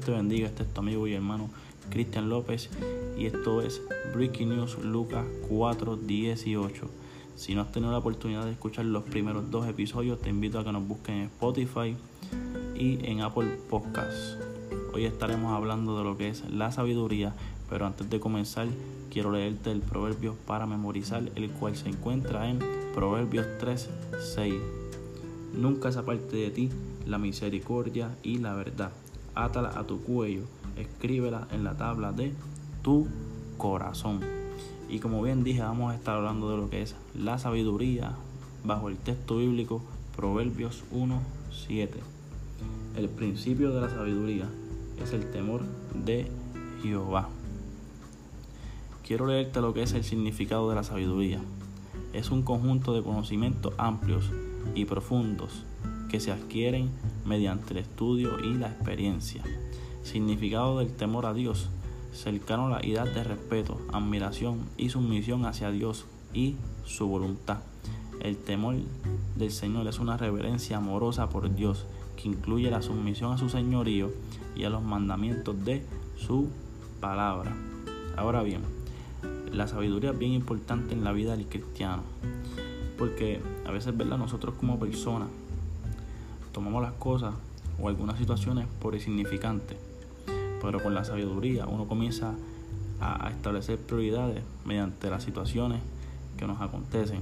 te bendiga. Este es tu amigo y hermano Cristian López y esto es Breaking News Lucas 4:18. Si no has tenido la oportunidad de escuchar los primeros 2 episodios, te invito a que nos busquen en Spotify y en Apple Podcasts. Hoy estaremos hablando de lo que es la sabiduría, pero antes de comenzar quiero leerte el proverbio para memorizar, el cual se encuentra en Proverbios 3:6. Nunca se aparte de ti la misericordia y la verdad. Átala a tu cuello, escríbela en la tabla de tu corazón. Y como bien dije, vamos a estar hablando de lo que es la sabiduría bajo el texto bíblico Proverbios 1:7. El principio de la sabiduría es el temor de Jehová. Quiero leerte lo que es el significado de la sabiduría. Es un conjunto de conocimientos amplios y profundos que se adquieren mediante el estudio y la experiencia. Significado del temor a Dios: cercano a la idea de respeto, admiración y sumisión hacia Dios y su voluntad. El temor del Señor es una reverencia amorosa por Dios que incluye la sumisión a su señorío y a los mandamientos de su palabra. Ahora bien, la sabiduría es bien importante en la vida del cristiano, porque a veces, ¿verdad?, nosotros como personas tomamos las cosas o algunas situaciones por insignificantes, pero con la sabiduría uno comienza a establecer prioridades mediante las situaciones que nos acontecen.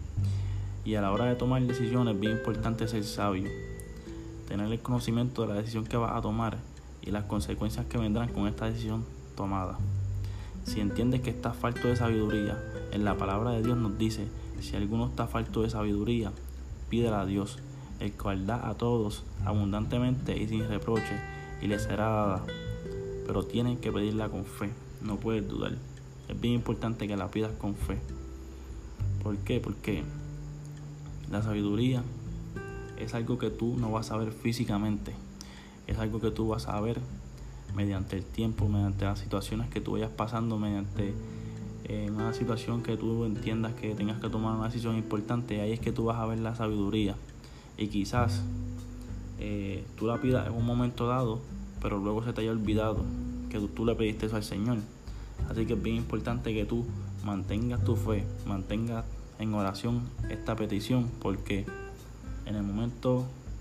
Y a la hora de tomar decisiones es bien importante ser sabio, tener el conocimiento de la decisión que vas a tomar y las consecuencias que vendrán con esta decisión tomada. Si entiendes que estás falto de sabiduría, en la palabra de Dios nos dice: si alguno está falto de sabiduría, pídela a Dios, el cual da a todos abundantemente y sin reproche, y le será dada. Pero tienes que pedirla con fe, no puedes dudar. Es bien importante que la pidas con fe. ¿Por qué? Porque la sabiduría es algo que tú no vas a ver físicamente, es algo que tú vas a ver mediante el tiempo, mediante las situaciones que tú vayas pasando, mediante una situación que tú entiendas que tengas que tomar una decisión importante. Ahí es que tú vas a ver la sabiduría. Y quizás tú la pidas en un momento dado, pero luego se te haya olvidado que tú le pediste eso al Señor. Así que es bien importante que tú mantengas tu fe, mantengas en oración esta petición, porque en el momento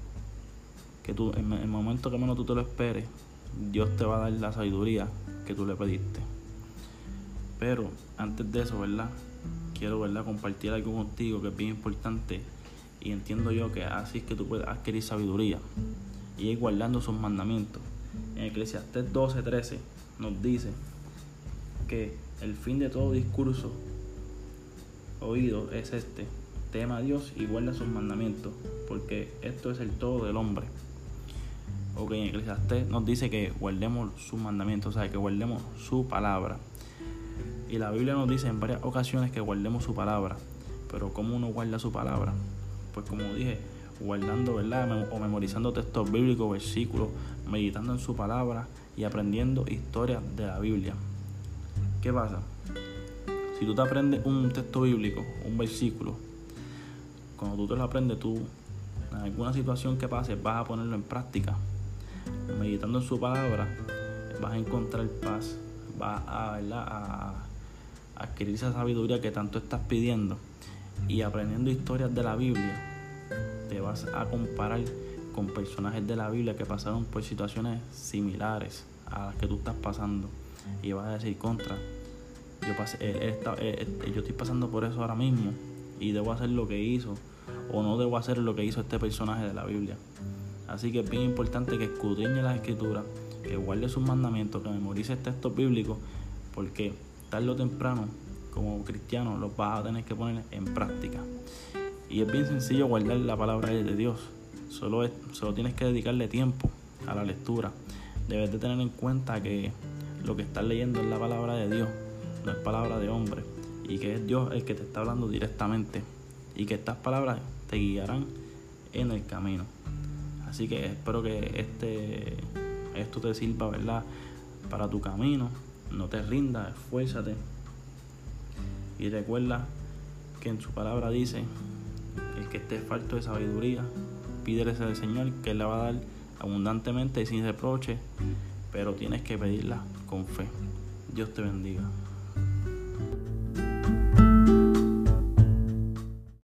que menos tú te lo esperes, Dios te va a dar la sabiduría que tú le pediste. Pero antes de eso, quiero compartir algo contigo que es bien importante, y entiendo yo que así es que tú puedes adquirir sabiduría, y es guardando sus mandamientos. En Eclesiastés 12:13 nos dice que el fin de todo discurso oído es este: tema a Dios y guarda sus mandamientos, porque esto es el todo del hombre. En Eclesiastés nos dice que guardemos sus mandamientos, o sea, que guardemos su palabra. Y la Biblia nos dice en varias ocasiones que guardemos su palabra. Pero ¿cómo uno guarda su palabra? Pues como dije, guardando, o memorizando textos bíblicos, versículos, meditando en su palabra y aprendiendo historias de la Biblia. ¿Qué pasa? Si tú te aprendes un texto bíblico, un versículo, cuando tú te lo aprendes, tú en alguna situación que pase vas a ponerlo en práctica. Meditando en su palabra vas a encontrar paz, vas a adquirir esa sabiduría que tanto estás pidiendo, y aprendiendo historias de la Biblia te vas a comparar con personajes de la Biblia que pasaron por situaciones similares a las que tú estás pasando, y vas a decir: contra, yo estoy pasando por eso ahora mismo y debo hacer lo que hizo, o no debo hacer lo que hizo este personaje de la Biblia. Así que es bien importante que escudriñe las escrituras, que guarde sus mandamientos, que memorices textos bíblicos, porque tarde o temprano como cristiano los vas a tener que poner en práctica. Y es bien sencillo guardar la palabra de Dios. Solo tienes que dedicarle tiempo a la lectura. Debes de tener en cuenta que lo que estás leyendo es la palabra de Dios, no es palabra de hombre, y que es Dios el que te está hablando directamente, y que estas palabras te guiarán en el camino. Así que espero que esto te sirva, para tu camino. No te rindas, esfuérzate, y recuerda que en su palabra dice: el que esté falto de sabiduría, pídele al Señor, que Él le va a dar abundantemente y sin reproche, pero tienes que pedirlas con fe. Dios te bendiga.